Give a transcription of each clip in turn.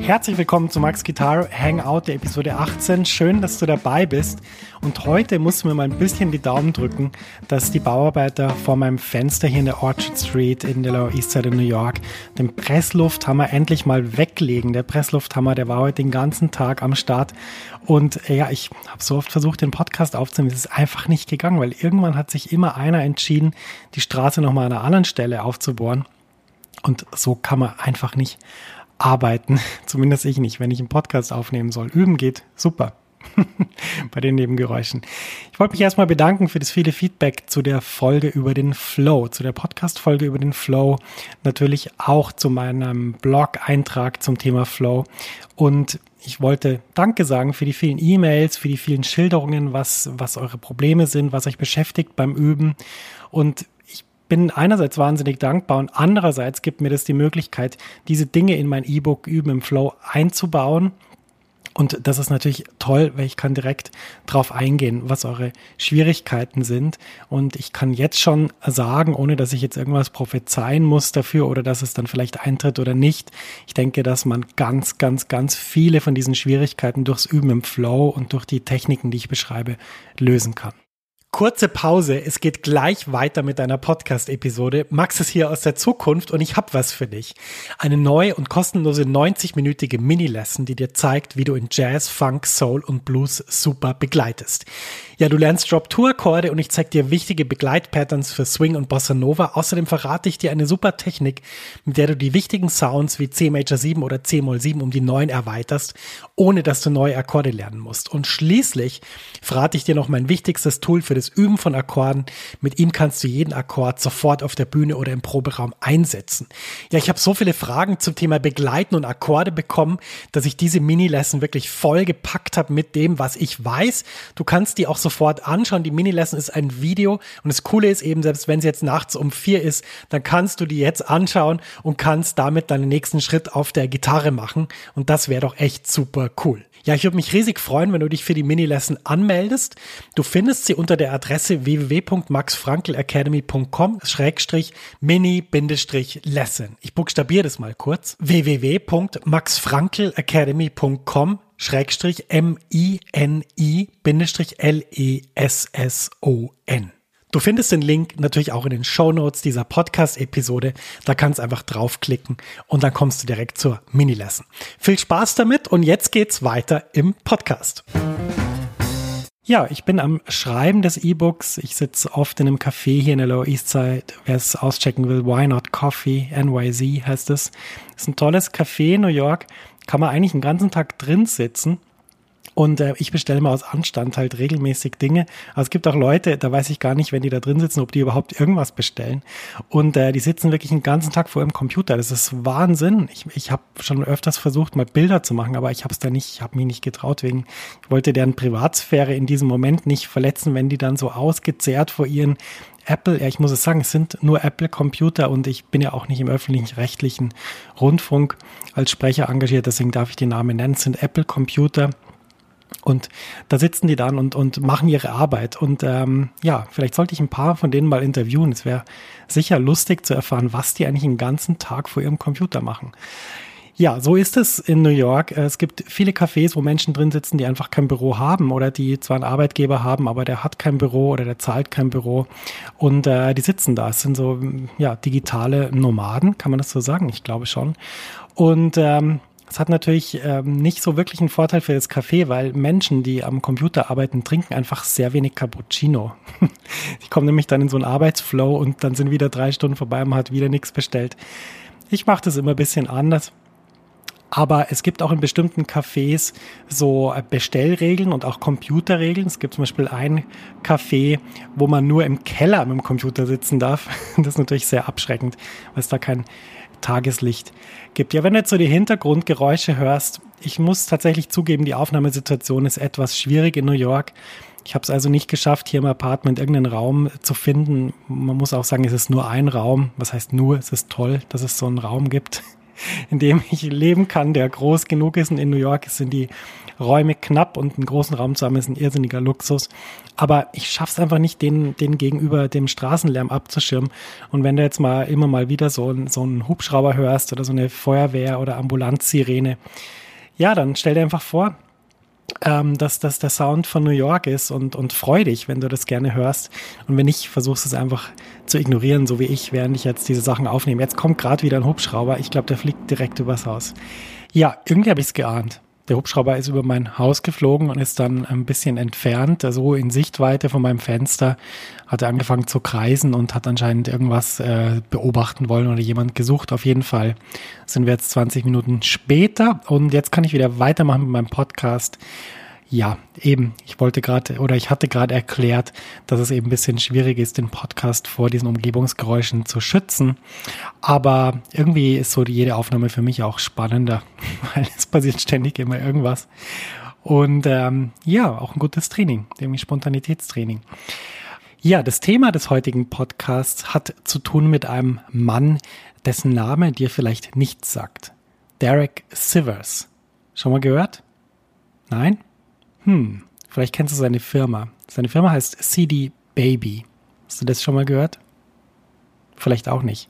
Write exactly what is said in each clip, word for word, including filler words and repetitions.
Herzlich willkommen zu Max Guitar Hangout, der Episode achtzehn. Schön, dass du dabei bist. Und heute musst du mir mal ein bisschen die Daumen drücken, dass die Bauarbeiter vor meinem Fenster hier in der Orchard Street in der Lower East Side in New York den Presslufthammer endlich mal weglegen. Der Presslufthammer, der war heute den ganzen Tag am Start. Und ja, ich habe so oft versucht, den Podcast aufzunehmen. Es ist einfach nicht gegangen, weil irgendwann hat sich immer einer entschieden, die Straße nochmal an einer anderen Stelle aufzubohren. Und so kann man einfach nicht arbeiten, zumindest ich nicht, wenn ich einen Podcast aufnehmen soll. Üben geht super bei den Nebengeräuschen. Ich wollte mich erstmal bedanken für das viele Feedback zu der Folge über den Flow, zu der Podcast-Folge über den Flow, natürlich auch zu meinem Blog-Eintrag zum Thema Flow. Und ich wollte Danke sagen für die vielen E-Mails, für die vielen Schilderungen, was, was eure Probleme sind, was euch beschäftigt beim Üben. Und bin einerseits wahnsinnig dankbar und andererseits gibt mir das die Möglichkeit, diese Dinge in mein E-Book Üben im Flow einzubauen. Und das ist natürlich toll, weil ich kann direkt drauf eingehen, was eure Schwierigkeiten sind. Und ich kann jetzt schon sagen, ohne dass ich jetzt irgendwas prophezeien muss dafür oder dass es dann vielleicht eintritt oder nicht. Ich denke, dass man ganz, ganz, ganz viele von diesen Schwierigkeiten durchs Üben im Flow und durch die Techniken, die ich beschreibe, lösen kann. Kurze Pause, es geht gleich weiter mit einer Podcast-Episode. Max ist hier aus der Zukunft und ich habe was für dich. Eine neue und kostenlose neunzig-minütige Mini-Lesson, die dir zeigt, wie du in Jazz, Funk, Soul und Blues super begleitest. Ja, du lernst Drop-Two-Akkorde und ich zeige dir wichtige Begleitpatterns für Swing und Bossa Nova. Außerdem verrate ich dir eine super Technik, mit der du die wichtigen Sounds wie C Major sieben oder C Moll sieben um die neun erweiterst, ohne dass du neue Akkorde lernen musst. Und schließlich verrate ich dir noch mein wichtigstes Tool für das Üben von Akkorden. Mit ihm kannst du jeden Akkord sofort auf der Bühne oder im Proberaum einsetzen. Ja, ich habe so viele Fragen zum Thema Begleiten und Akkorde bekommen, dass ich diese Mini-Lesson wirklich voll gepackt habe mit dem, was ich weiß. Du kannst die auch sofort anschauen. Die Mini-Lesson ist ein Video und das Coole ist eben, selbst wenn sie jetzt nachts um vier ist, dann kannst du die jetzt anschauen und kannst damit deinen nächsten Schritt auf der Gitarre machen und das wäre doch echt super cool. Ja, ich würde mich riesig freuen, wenn du dich für die Mini-Lesson anmeldest. Du findest sie unter der Adresse w w w punkt max frankl academy punkt com schrägstrich mini-lesson. Ich buchstabiere das mal kurz. w w w punkt max frankl academy punkt com schrägstrich m i n i l e s s o n. Du findest den Link natürlich auch in den Shownotes dieser Podcast-Episode. Da kannst du einfach draufklicken und dann kommst du direkt zur Mini-Lesson. Viel Spaß damit und jetzt geht's weiter im Podcast. Ja, ich bin am Schreiben des E-Books. Ich sitze oft in einem Café hier in der Lower East Side. Wer es auschecken will, Why Not Coffee, N Y Z heißt es. Das ist ein tolles Café in New York. Kann man eigentlich den ganzen Tag drin sitzen. Und äh, ich bestelle mal aus Anstand halt regelmäßig Dinge. Aber es gibt auch Leute, da weiß ich gar nicht, wenn die da drin sitzen, ob die überhaupt irgendwas bestellen. Und äh, die sitzen wirklich den ganzen Tag vor ihrem Computer. Das ist Wahnsinn. Ich, ich habe schon öfters versucht, mal Bilder zu machen, aber ich habe es da nicht, ich habe mich nicht getraut, wegen, ich wollte deren Privatsphäre in diesem Moment nicht verletzen, wenn die dann so ausgezehrt vor ihren Apple, ja, ich muss es sagen, es sind nur Apple-Computer und ich bin ja auch nicht im öffentlich-rechtlichen Rundfunk als Sprecher engagiert, deswegen darf ich den Namen nennen. Es sind Apple-Computer. Und da sitzen die dann und, und machen ihre Arbeit. Und ähm, ja, vielleicht sollte ich ein paar von denen mal interviewen. Es wäre sicher lustig zu erfahren, was die eigentlich den ganzen Tag vor ihrem Computer machen. Ja, so ist es in New York. Es gibt viele Cafés, wo Menschen drin sitzen, die einfach kein Büro haben oder die zwar einen Arbeitgeber haben, aber der hat kein Büro oder der zahlt kein Büro. Und äh, die sitzen da. Es sind so ja digitale Nomaden, kann man das so sagen? Ich glaube schon. Und ähm, es hat natürlich ähm, nicht so wirklich einen Vorteil für das Café, weil Menschen, die am Computer arbeiten, trinken einfach sehr wenig Cappuccino. Die kommen nämlich dann in so einen Arbeitsflow und dann sind wieder drei Stunden vorbei und man hat wieder nichts bestellt. Ich mache das immer ein bisschen anders. Aber es gibt auch in bestimmten Cafés so Bestellregeln und auch Computerregeln. Es gibt zum Beispiel ein Café, wo man nur im Keller mit dem Computer sitzen darf. Das ist natürlich sehr abschreckend, weil es da kein Tageslicht gibt. Ja, wenn du jetzt so die Hintergrundgeräusche hörst, ich muss tatsächlich zugeben, die Aufnahmesituation ist etwas schwierig in New York. Ich habe es also nicht geschafft, hier im Apartment irgendeinen Raum zu finden. Man muss auch sagen, es ist nur ein Raum. Was heißt nur? Es ist toll, dass es so einen Raum gibt. in dem ich leben kann, der groß genug ist. Und in New York sind die Räume knapp und einen großen Raum zu haben, ist ein irrsinniger Luxus. Aber ich schaffe es einfach nicht, den, den gegenüber dem Straßenlärm abzuschirmen. Und wenn du jetzt mal immer mal wieder so, so einen Hubschrauber hörst oder so eine Feuerwehr- oder Ambulanzsirene, ja, dann stell dir einfach vor, ähm, dass das der Sound von New York ist und, und freu dich, wenn du das gerne hörst. Und wenn nicht, versuchst es einfach zu ignorieren, so wie ich, während ich jetzt diese Sachen aufnehme. Jetzt kommt gerade wieder ein Hubschrauber. Ich glaube, der fliegt direkt übers Haus. Ja, irgendwie habe ich es geahnt. Der Hubschrauber ist über mein Haus geflogen und ist dann ein bisschen entfernt, also in Sichtweite von meinem Fenster, hat er angefangen zu kreisen und hat anscheinend irgendwas äh, beobachten wollen oder jemand gesucht. Auf jeden Fall sind wir jetzt zwanzig Minuten später und jetzt kann ich wieder weitermachen mit meinem Podcast. Ja, eben, ich wollte gerade oder ich hatte gerade erklärt, dass es eben ein bisschen schwierig ist, den Podcast vor diesen Umgebungsgeräuschen zu schützen. Aber irgendwie ist so jede Aufnahme für mich auch spannender, weil es passiert ständig immer irgendwas. Und ähm, ja, auch ein gutes Training, nämlich Spontanitätstraining. Ja, das Thema des heutigen Podcasts hat zu tun mit einem Mann, dessen Name dir vielleicht nichts sagt. Derek Sivers. Schon mal gehört? Nein? Hm, vielleicht kennst du seine Firma. Seine Firma heißt C D Baby. Hast du das schon mal gehört? Vielleicht auch nicht.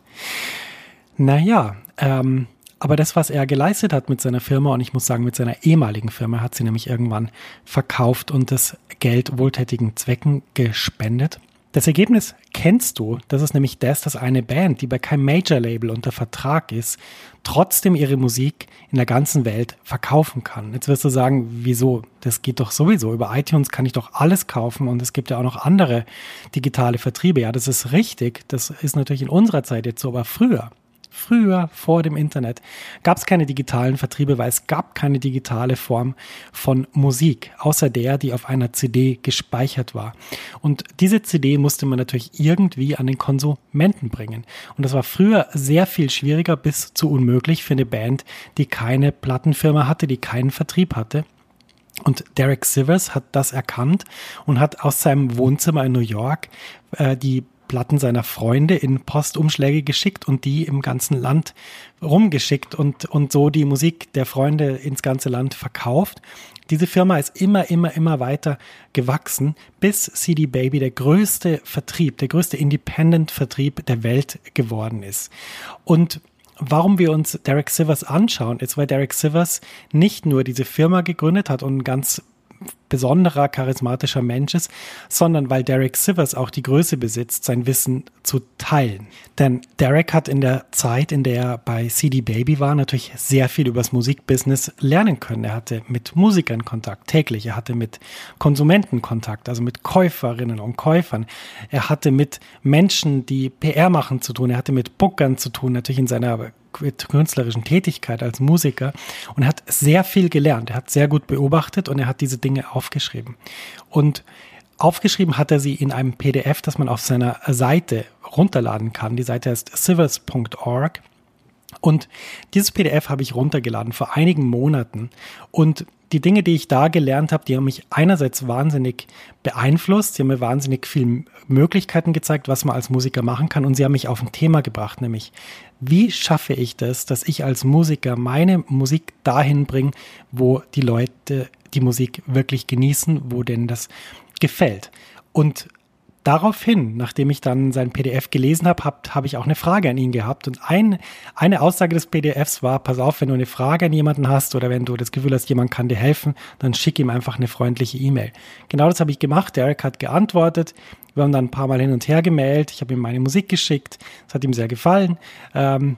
Naja, ähm, aber das, was er geleistet hat mit seiner Firma, und ich muss sagen, mit seiner ehemaligen Firma, hat sie nämlich irgendwann verkauft und das Geld wohltätigen Zwecken gespendet. Das Ergebnis kennst du, das ist nämlich das, dass eine Band, die bei keinem Major-Label unter Vertrag ist, trotzdem ihre Musik in der ganzen Welt verkaufen kann. Jetzt wirst du sagen, wieso? Das geht doch sowieso. Über iTunes kann ich doch alles kaufen und es gibt ja auch noch andere digitale Vertriebe. Ja, das ist richtig. Das ist natürlich in unserer Zeit jetzt so, aber früher, Früher, vor dem Internet, gab es keine digitalen Vertriebe, weil es gab keine digitale Form von Musik, außer der, die auf einer C D gespeichert war. Und diese C D musste man natürlich irgendwie an den Konsumenten bringen. Und das war früher sehr viel schwieriger bis zu unmöglich für eine Band, die keine Plattenfirma hatte, die keinen Vertrieb hatte. Und Derek Sivers hat das erkannt und hat aus seinem Wohnzimmer in New York äh, die Platten seiner Freunde in Postumschläge geschickt und die im ganzen Land rumgeschickt und, und so die Musik der Freunde ins ganze Land verkauft. Diese Firma ist immer, immer, immer weiter gewachsen, bis C D Baby der größte Vertrieb, der größte Independent-Vertrieb der Welt geworden ist. Und warum wir uns Derek Sivers anschauen, ist, weil Derek Sivers nicht nur diese Firma gegründet hat und ein ganz besonderer, charismatischer Mensch ist, sondern weil Derek Sivers auch die Größe besitzt, sein Wissen zu teilen. Denn Derek hat in der Zeit, in der er bei C D Baby war, natürlich sehr viel über das Musikbusiness lernen können. Er hatte mit Musikern Kontakt täglich, er hatte mit Konsumenten Kontakt, also mit Käuferinnen und Käufern. Er hatte mit Menschen, die P R machen, zu tun, er hatte mit Bookern zu tun, natürlich in seiner künstlerischen Tätigkeit als Musiker und er hat sehr viel gelernt. Er hat sehr gut beobachtet und er hat diese Dinge aufgeschrieben. Und aufgeschrieben hat er sie in einem P D F, das man auf seiner Seite runterladen kann. Die Seite heißt sivers punkt org und dieses P D F habe ich runtergeladen vor einigen Monaten und die Dinge, die ich da gelernt habe, die haben mich einerseits wahnsinnig beeinflusst, sie haben mir wahnsinnig viele Möglichkeiten gezeigt, was man als Musiker machen kann und sie haben mich auf ein Thema gebracht, nämlich wie schaffe ich das, dass ich als Musiker meine Musik dahin bringe, wo die Leute die Musik wirklich genießen, wo denen das gefällt. Und daraufhin, nachdem ich dann sein P D F gelesen habe, habe hab ich auch eine Frage an ihn gehabt. Und ein, eine Aussage des P D Fs war, pass auf, wenn du eine Frage an jemanden hast oder wenn du das Gefühl hast, jemand kann dir helfen, dann schick ihm einfach eine freundliche E-Mail. Genau das habe ich gemacht. Derek hat geantwortet. Wir haben dann ein paar Mal hin und her gemailt. Ich habe ihm meine Musik geschickt. Es hat ihm sehr gefallen. Ähm,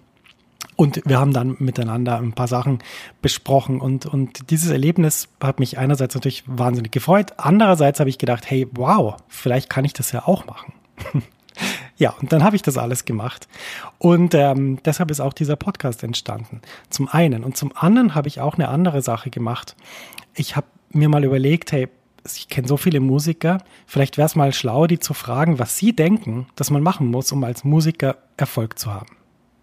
Und wir haben dann miteinander ein paar Sachen besprochen und, und dieses Erlebnis hat mich einerseits natürlich wahnsinnig gefreut. Andererseits habe ich gedacht, hey, wow, vielleicht kann ich das ja auch machen. Ja, und dann habe ich das alles gemacht und ähm, deshalb ist auch dieser Podcast entstanden. Zum einen und zum anderen habe ich auch eine andere Sache gemacht. Ich habe mir mal überlegt, hey, ich kenne so viele Musiker, vielleicht wäre es mal schlau, die zu fragen, was sie denken, dass man machen muss, um als Musiker Erfolg zu haben.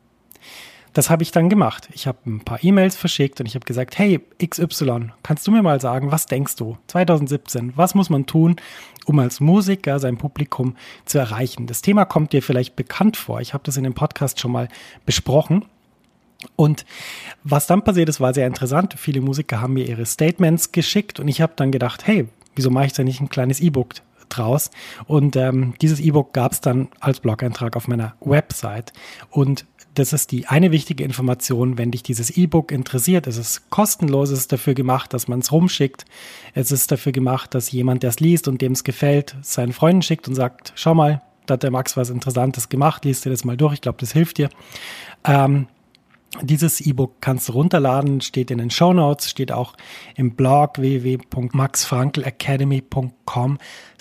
Das habe ich dann gemacht. Ich habe ein paar E-Mails verschickt und ich habe gesagt, hey X Y, kannst du mir mal sagen, was denkst du zwanzig siebzehn, was muss man tun, um als Musiker sein Publikum zu erreichen? Das Thema kommt dir vielleicht bekannt vor. Ich habe das in dem Podcast schon mal besprochen. Und was dann passiert ist, war sehr interessant. Viele Musiker haben mir ihre Statements geschickt und ich habe dann gedacht, hey, wieso mache ich da nicht ein kleines E-Book draus? Und ähm, dieses E-Book gab es dann als Blog-Eintrag auf meiner Website. Und das ist die eine wichtige Information, wenn dich dieses E-Book interessiert. Es ist kostenlos, es ist dafür gemacht, dass man es rumschickt. Es ist dafür gemacht, dass jemand, der es liest und dem es gefällt, seinen Freunden schickt und sagt, schau mal, da hat der Max was Interessantes gemacht, liest dir das mal durch, ich glaube, das hilft dir. Ähm, Dieses E-Book kannst du runterladen, steht in den Shownotes, steht auch im Blog w w w punkt max frankl academy punkt com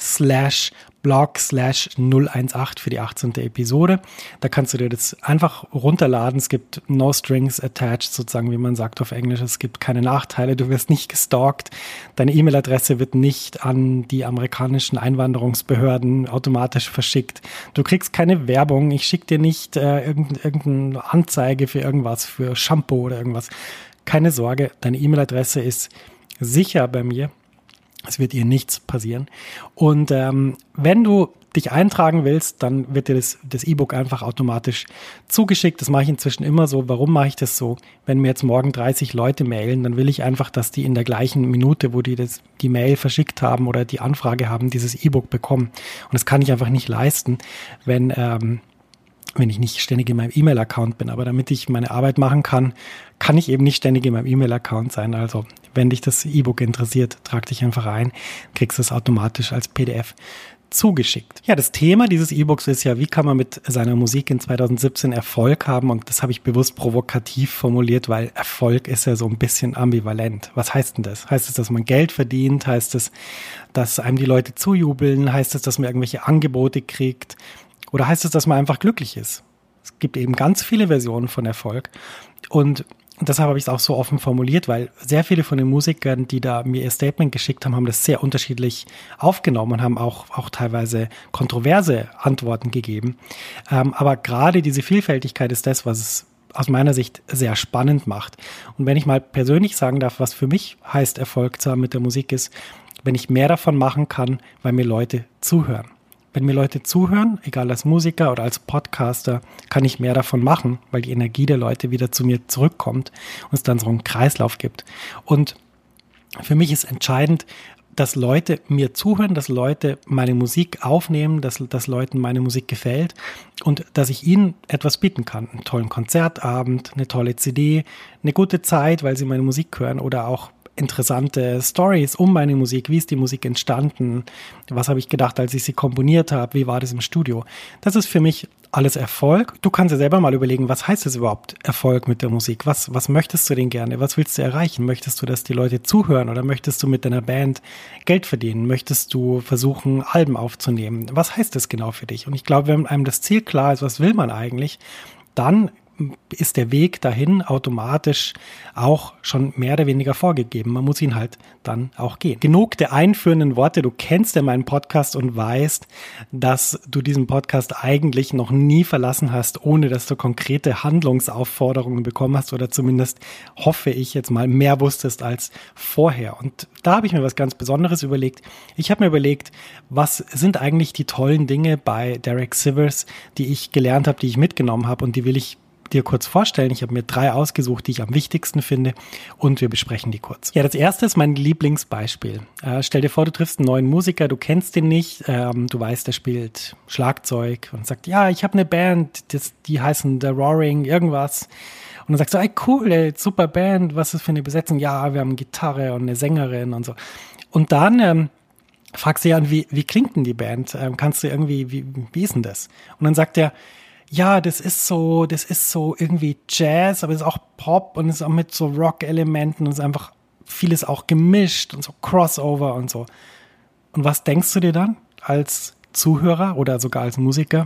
slash blog slash null eins acht für die achtzehnte Episode. Da kannst du dir das einfach runterladen. Es gibt no strings attached, sozusagen, wie man sagt auf Englisch. Es gibt keine Nachteile. Du wirst nicht gestalkt. Deine E-Mail-Adresse wird nicht an die amerikanischen Einwanderungsbehörden automatisch verschickt. Du kriegst keine Werbung. Ich schicke dir nicht äh, irgendeine irgendein Anzeige für irgendwas, für Shampoo oder irgendwas. Keine Sorge, deine E-Mail-Adresse ist sicher bei mir. Es wird ihr nichts passieren. Und ähm, wenn du dich eintragen willst, dann wird dir das, das E-Book einfach automatisch zugeschickt. Das mache ich inzwischen immer so. Warum mache ich das so? Wenn mir jetzt morgen dreißig Leute mailen, dann will ich einfach, dass die in der gleichen Minute, wo die das, die Mail verschickt haben oder die Anfrage haben, dieses E-Book bekommen. Und das kann ich einfach nicht leisten, wenn ähm, wenn ich nicht ständig in meinem E-Mail-Account bin. Aber damit ich meine Arbeit machen kann, kann ich eben nicht ständig in meinem E-Mail-Account sein. Also wenn dich das E-Book interessiert, trag dich einfach ein, kriegst es automatisch als P D F zugeschickt. Ja, das Thema dieses E-Books ist ja, wie kann man mit seiner Musik in zwanzig siebzehn Erfolg haben? Und das habe ich bewusst provokativ formuliert, weil Erfolg ist ja so ein bisschen ambivalent. Was heißt denn das? Heißt es, dass man Geld verdient? Heißt es, dass einem die Leute zujubeln? Heißt es, dass man irgendwelche Angebote kriegt? Oder heißt es, dass man einfach glücklich ist? Es gibt eben ganz viele Versionen von Erfolg. Und deshalb habe ich es auch so offen formuliert, weil sehr viele von den Musikern, die da mir ihr Statement geschickt haben, haben das sehr unterschiedlich aufgenommen und haben auch, auch teilweise kontroverse Antworten gegeben. Ähm, aber gerade diese Vielfältigkeit ist das, was es aus meiner Sicht sehr spannend macht. Und wenn ich mal persönlich sagen darf, was für mich heißt, Erfolg zu haben mit der Musik ist, wenn ich mehr davon machen kann, weil mir Leute zuhören. Wenn mir Leute zuhören, egal als Musiker oder als Podcaster, kann ich mehr davon machen, weil die Energie der Leute wieder zu mir zurückkommt und es dann so einen Kreislauf gibt. Und für mich ist entscheidend, dass Leute mir zuhören, dass Leute meine Musik aufnehmen, dass, dass Leuten meine Musik gefällt und dass ich ihnen etwas bieten kann. Einen tollen Konzertabend, eine tolle C D, eine gute Zeit, weil sie meine Musik hören oder auch interessante Stories um meine Musik. Wie ist die Musik entstanden? Was habe ich gedacht, als ich sie komponiert habe? Wie war das im Studio? Das ist für mich alles Erfolg. Du kannst dir selber mal überlegen, was heißt es überhaupt, Erfolg mit der Musik? Was, was möchtest du denn gerne? Was willst du erreichen? Möchtest du, dass die Leute zuhören oder möchtest du mit deiner Band Geld verdienen? Möchtest du versuchen, Alben aufzunehmen? Was heißt das genau für dich? Und ich glaube, wenn einem das Ziel klar ist, was will man eigentlich, dann ist der Weg dahin automatisch auch schon mehr oder weniger vorgegeben. Man muss ihn halt dann auch gehen. Genug der einführenden Worte. Du kennst ja meinen Podcast und weißt, dass du diesen Podcast eigentlich noch nie verlassen hast, ohne dass du konkrete Handlungsaufforderungen bekommen hast oder zumindest, hoffe ich jetzt mal, mehr wusstest als vorher. Und da habe ich mir was ganz Besonderes überlegt. Ich habe mir überlegt, was sind eigentlich die tollen Dinge bei Derek Sivers, die ich gelernt habe, die ich mitgenommen habe und die will ich dir kurz vorstellen. Ich habe mir drei ausgesucht, die ich am wichtigsten finde und wir besprechen die kurz. Ja, das erste ist mein Lieblingsbeispiel. Äh, stell dir vor, du triffst einen neuen Musiker, du kennst den nicht, ähm, du weißt, der spielt Schlagzeug und sagt, ja, ich habe eine Band, das, die heißen The Roaring, irgendwas. Und dann sagst du, ey, cool, ey, super Band, was ist für eine Besetzung? Ja, wir haben eine Gitarre und eine Sängerin und so. Und dann ähm, fragst du ja, wie, wie klingt denn die Band? Ähm, kannst du irgendwie, wie, wie ist denn das? Und dann sagt er, ja, das ist so, das ist so irgendwie Jazz, aber es ist auch Pop und es ist auch mit so Rock-Elementen und es ist einfach vieles auch gemischt und so Crossover und so. Und was denkst du dir dann als Zuhörer oder sogar als Musiker?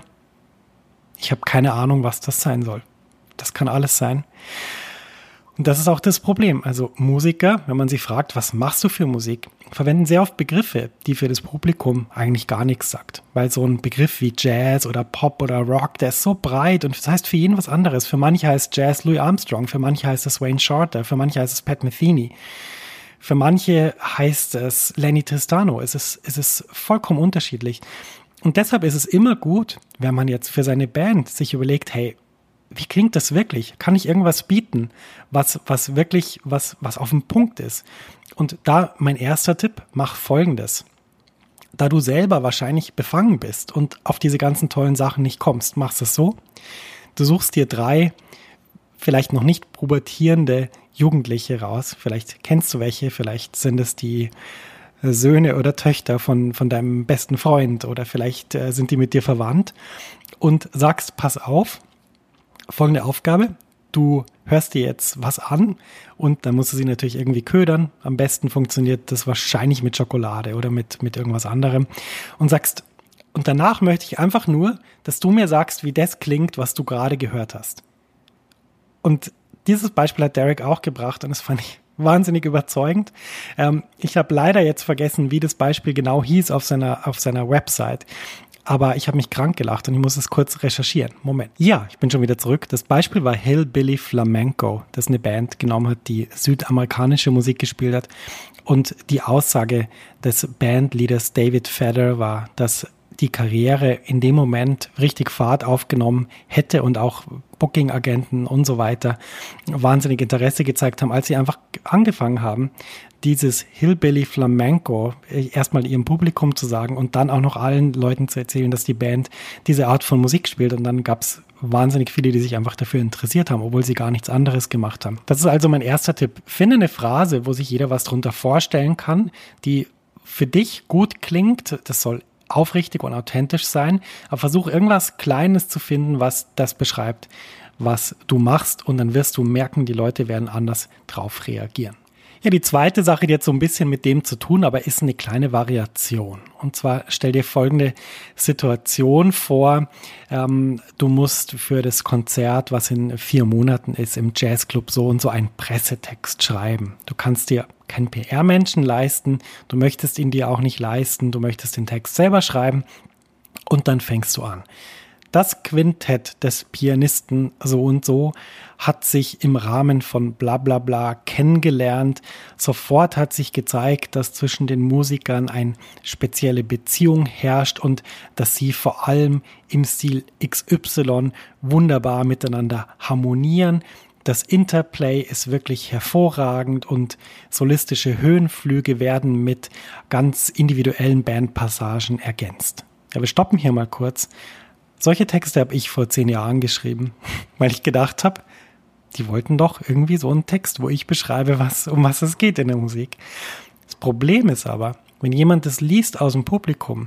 Ich habe keine Ahnung, was das sein soll. Das kann alles sein. Und das ist auch das Problem. Also Musiker, wenn man sie fragt, was machst du für Musik, verwenden sehr oft Begriffe, die für das Publikum eigentlich gar nichts sagt. Weil so ein Begriff wie Jazz oder Pop oder Rock, der ist so breit und das heißt für jeden was anderes. Für manche heißt Jazz Louis Armstrong, für manche heißt es Wayne Shorter, für manche heißt es Pat Metheny. Für manche heißt es Lenny Tristano. Es ist, es ist vollkommen unterschiedlich. Und deshalb ist es immer gut, wenn man jetzt für seine Band sich überlegt, hey, wie klingt das wirklich? Kann ich irgendwas bieten, was, was wirklich, was, was auf dem Punkt ist? Und da mein erster Tipp, mach Folgendes. Da du selber wahrscheinlich befangen bist und auf diese ganzen tollen Sachen nicht kommst, machst es so. Du suchst dir drei, vielleicht noch nicht pubertierende Jugendliche raus. Vielleicht kennst du welche, vielleicht sind es die Söhne oder Töchter von, von deinem besten Freund oder vielleicht äh, sind die mit dir verwandt und sagst, pass auf, folgende Aufgabe, du hörst dir jetzt was an und dann musst du sie natürlich irgendwie ködern. Am besten funktioniert das wahrscheinlich mit Schokolade oder mit, mit irgendwas anderem und sagst, und danach möchte ich einfach nur, dass du mir sagst, wie das klingt, was du gerade gehört hast. Und dieses Beispiel hat Derek auch gebracht und das fand ich wahnsinnig überzeugend. Ähm, ich habe leider jetzt vergessen, wie das Beispiel genau hieß auf seiner, auf seiner Website. Aber ich habe mich krank gelacht und ich muss es kurz recherchieren. Moment. Ja, ich bin schon wieder zurück. Das Beispiel war Hillbilly Flamenco, das eine Band genommen hat, die südamerikanische Musik gespielt hat. Und die Aussage des Bandleaders David Feder war, dass die Karriere in dem Moment richtig Fahrt aufgenommen hätte und auch Booking-Agenten und so weiter wahnsinnig Interesse gezeigt haben, als sie einfach angefangen haben, dieses Hillbilly Flamenco erstmal ihrem Publikum zu sagen und dann auch noch allen Leuten zu erzählen, dass die Band diese Art von Musik spielt. Und dann gab es wahnsinnig viele, die sich einfach dafür interessiert haben, obwohl sie gar nichts anderes gemacht haben. Das ist also mein erster Tipp. Finde eine Phrase, wo sich jeder was drunter vorstellen kann, die für dich gut klingt. Das soll aufrichtig und authentisch sein, aber versuch irgendwas Kleines zu finden, was das beschreibt, was du machst und dann wirst du merken, die Leute werden anders drauf reagieren. Ja, die zweite Sache, die hat so ein bisschen mit dem zu tun, aber ist eine kleine Variation. Und zwar stell dir folgende Situation vor, ähm, du musst für das Konzert, was in vier Monaten ist, im Jazzclub so und so einen Pressetext schreiben. Du kannst dir keinen P R-Menschen leisten, du möchtest ihn dir auch nicht leisten, du möchtest den Text selber schreiben und dann fängst du an. Das Quintett des Pianisten so und so hat sich im Rahmen von bla bla bla kennengelernt. Sofort hat sich gezeigt, dass zwischen den Musikern eine spezielle Beziehung herrscht und dass sie vor allem im Stil X Y wunderbar miteinander harmonieren. Das Interplay ist wirklich hervorragend und solistische Höhenflüge werden mit ganz individuellen Bandpassagen ergänzt. Ja, wir stoppen hier mal kurz. Solche Texte habe ich vor zehn Jahren geschrieben, weil ich gedacht habe, die wollten doch irgendwie so einen Text, wo ich beschreibe, was, um was es geht in der Musik. Das Problem ist aber, wenn jemand das liest aus dem Publikum,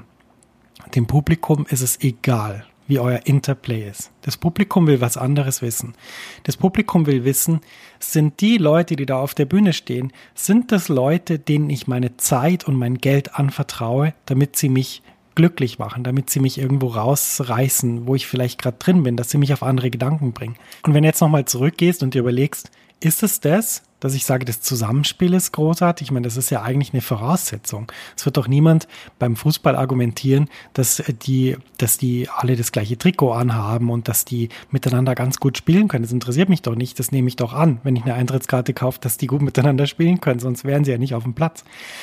dem Publikum ist es egal, wie euer Interplay ist. Das Publikum will was anderes wissen. Das Publikum will wissen, sind die Leute, die da auf der Bühne stehen, sind das Leute, denen ich meine Zeit und mein Geld anvertraue, damit sie mich glücklich machen, damit sie mich irgendwo rausreißen, wo ich vielleicht gerade drin bin, dass sie mich auf andere Gedanken bringen. Und wenn du jetzt nochmal zurückgehst und dir überlegst, ist es das, dass ich sage, das Zusammenspiel ist großartig? Ich meine, das ist ja eigentlich eine Voraussetzung. Es wird doch niemand beim Fußball argumentieren, dass die, dass die alle das gleiche Trikot anhaben und dass die miteinander ganz gut spielen können. Das interessiert mich doch nicht, das nehme ich doch an, wenn ich eine Eintrittskarte kaufe, dass die gut miteinander spielen können, sonst wären sie ja nicht auf dem Platz.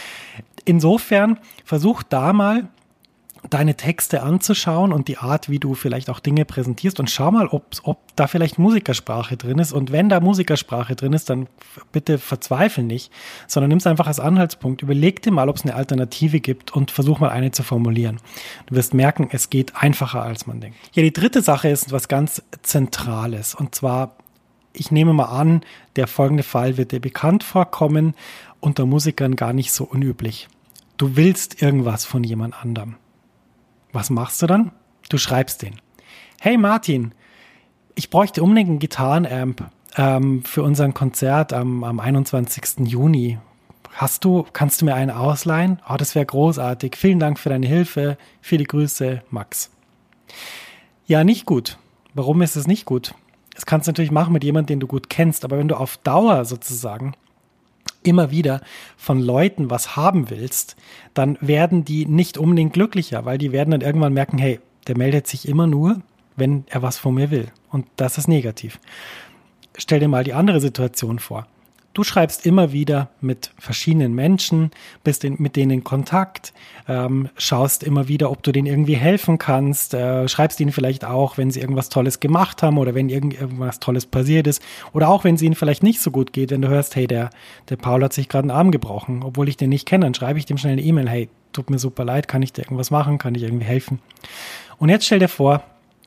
Insofern versuch da mal deine Texte anzuschauen und die Art, wie du vielleicht auch Dinge präsentierst und schau mal, ob, ob da vielleicht Musikersprache drin ist und wenn da Musikersprache drin ist, dann bitte verzweifel nicht, sondern nimm es einfach als Anhaltspunkt, überleg dir mal, ob es eine Alternative gibt und versuch mal eine zu formulieren. Du wirst merken, es geht einfacher, als man denkt. Ja, die dritte Sache ist was ganz Zentrales und zwar, ich nehme mal an, der folgende Fall wird dir bekannt vorkommen, unter Musikern gar nicht so unüblich. Du willst irgendwas von jemand anderem. Was machst du dann? Du schreibst den. Hey Martin, ich bräuchte unbedingt einen Gitarrenamp ähm, für unser Konzert am, am einundzwanzigsten Juni. Hast du, kannst du mir einen ausleihen? Oh, das wäre großartig. Vielen Dank für deine Hilfe. Viele Grüße, Max. Ja, nicht gut. Warum ist es nicht gut? Das kannst du natürlich machen mit jemandem, den du gut kennst, aber wenn du auf Dauer sozusagen immer wieder von Leuten was haben willst, dann werden die nicht unbedingt glücklicher, weil die werden dann irgendwann merken, hey, der meldet sich immer nur, wenn er was von mir will. Und das ist negativ. Stell dir mal die andere Situation vor. Du schreibst immer wieder mit verschiedenen Menschen, bist in, mit denen in Kontakt, ähm, schaust immer wieder, ob du denen irgendwie helfen kannst, äh, schreibst ihnen vielleicht auch, wenn sie irgendwas Tolles gemacht haben oder wenn irgend, irgendwas Tolles passiert ist oder auch, wenn es ihnen vielleicht nicht so gut geht, wenn du hörst, hey, der, der Paul hat sich gerade einen Arm gebrochen, obwohl ich den nicht kenne, dann schreibe ich dem schnell eine E-Mail, hey, tut mir super leid, kann ich dir irgendwas machen, kann ich irgendwie helfen? Und jetzt stell dir vor,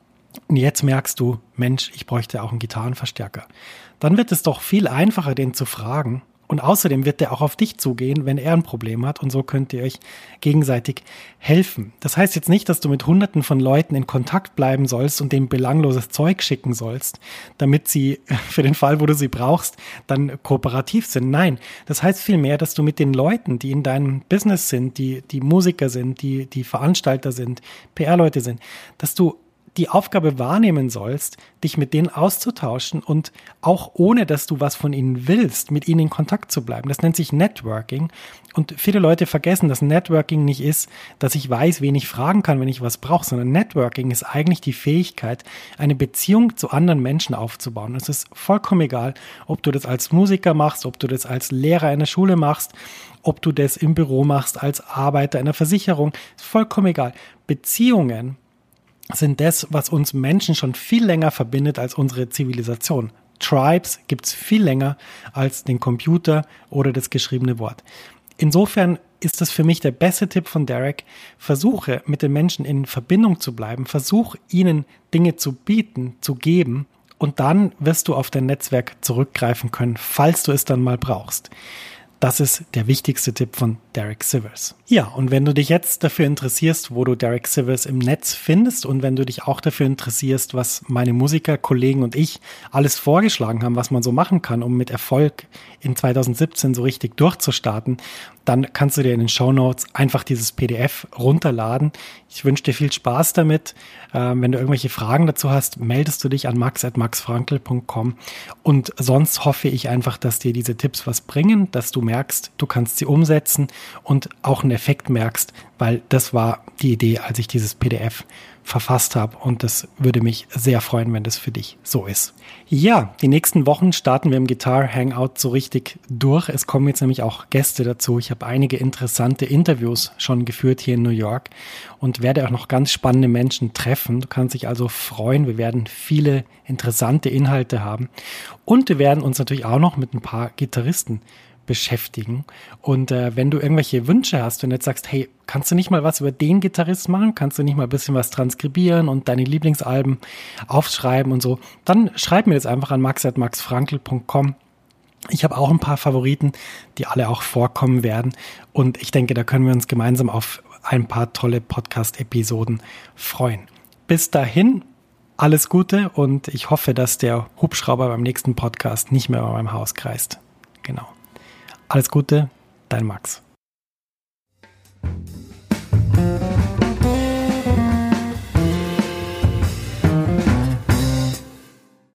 jetzt merkst du, Mensch, ich bräuchte auch einen Gitarrenverstärker. Dann wird es doch viel einfacher, den zu fragen. Und außerdem wird der auch auf dich zugehen, wenn er ein Problem hat. Und so könnt ihr euch gegenseitig helfen. Das heißt jetzt nicht, dass du mit Hunderten von Leuten in Kontakt bleiben sollst und denen belangloses Zeug schicken sollst, damit sie für den Fall, wo du sie brauchst, dann kooperativ sind. Nein, das heißt vielmehr, dass du mit den Leuten, die in deinem Business sind, die, die Musiker sind, die, die Veranstalter sind, P R-Leute sind, dass du die Aufgabe wahrnehmen sollst, dich mit denen auszutauschen und auch ohne, dass du was von ihnen willst, mit ihnen in Kontakt zu bleiben. Das nennt sich Networking. Und viele Leute vergessen, dass Networking nicht ist, dass ich weiß, wen ich fragen kann, wenn ich was brauche, sondern Networking ist eigentlich die Fähigkeit, eine Beziehung zu anderen Menschen aufzubauen. Es ist vollkommen egal, ob du das als Musiker machst, ob du das als Lehrer in der Schule machst, ob du das im Büro machst, als Arbeiter in der Versicherung. Ist vollkommen egal. Beziehungen sind das, was uns Menschen schon viel länger verbindet als unsere Zivilisation. Tribes gibt's viel länger als den Computer oder das geschriebene Wort. Insofern ist das für mich der beste Tipp von Derek. Versuche, mit den Menschen in Verbindung zu bleiben. Versuch, ihnen Dinge zu bieten, zu geben. Und dann wirst du auf dein Netzwerk zurückgreifen können, falls du es dann mal brauchst. Das ist der wichtigste Tipp von Derek Sivers. Ja, und wenn du dich jetzt dafür interessierst, wo du Derek Sivers im Netz findest und wenn du dich auch dafür interessierst, was meine Musiker, Kollegen und ich alles vorgeschlagen haben, was man so machen kann, um mit Erfolg in zwanzig siebzehn so richtig durchzustarten, dann kannst du dir in den Shownotes einfach dieses P D F runterladen. Ich wünsche dir viel Spaß damit. Ähm, wenn du irgendwelche Fragen dazu hast, meldest du dich an max at maxfrankl punkt com. Und sonst hoffe ich einfach, dass dir diese Tipps was bringen, dass du merkst, du kannst sie umsetzen und auch einen Effekt merkst, weil das war die Idee, als ich dieses P D F verfasst habe und das würde mich sehr freuen, wenn das für dich so ist. Ja, die nächsten Wochen starten wir im Guitar Hangout so richtig durch. Es kommen jetzt nämlich auch Gäste dazu. Ich habe einige interessante Interviews schon geführt hier in New York und werde auch noch ganz spannende Menschen treffen. Du kannst dich also freuen. Wir werden viele interessante Inhalte haben und wir werden uns natürlich auch noch mit ein paar Gitarristen beschäftigen. Und äh, wenn du irgendwelche Wünsche hast und jetzt sagst, hey, kannst du nicht mal was über den Gitarrist machen? Kannst du nicht mal ein bisschen was transkribieren und deine Lieblingsalben aufschreiben und so? Dann schreib mir das einfach an max at maxfrankl punkt com. Ich habe auch ein paar Favoriten, die alle auch vorkommen werden. Und ich denke, da können wir uns gemeinsam auf ein paar tolle Podcast-Episoden freuen. Bis dahin, alles Gute und ich hoffe, dass der Hubschrauber beim nächsten Podcast nicht mehr über meinem Haus kreist. Genau. Alles Gute, dein Max.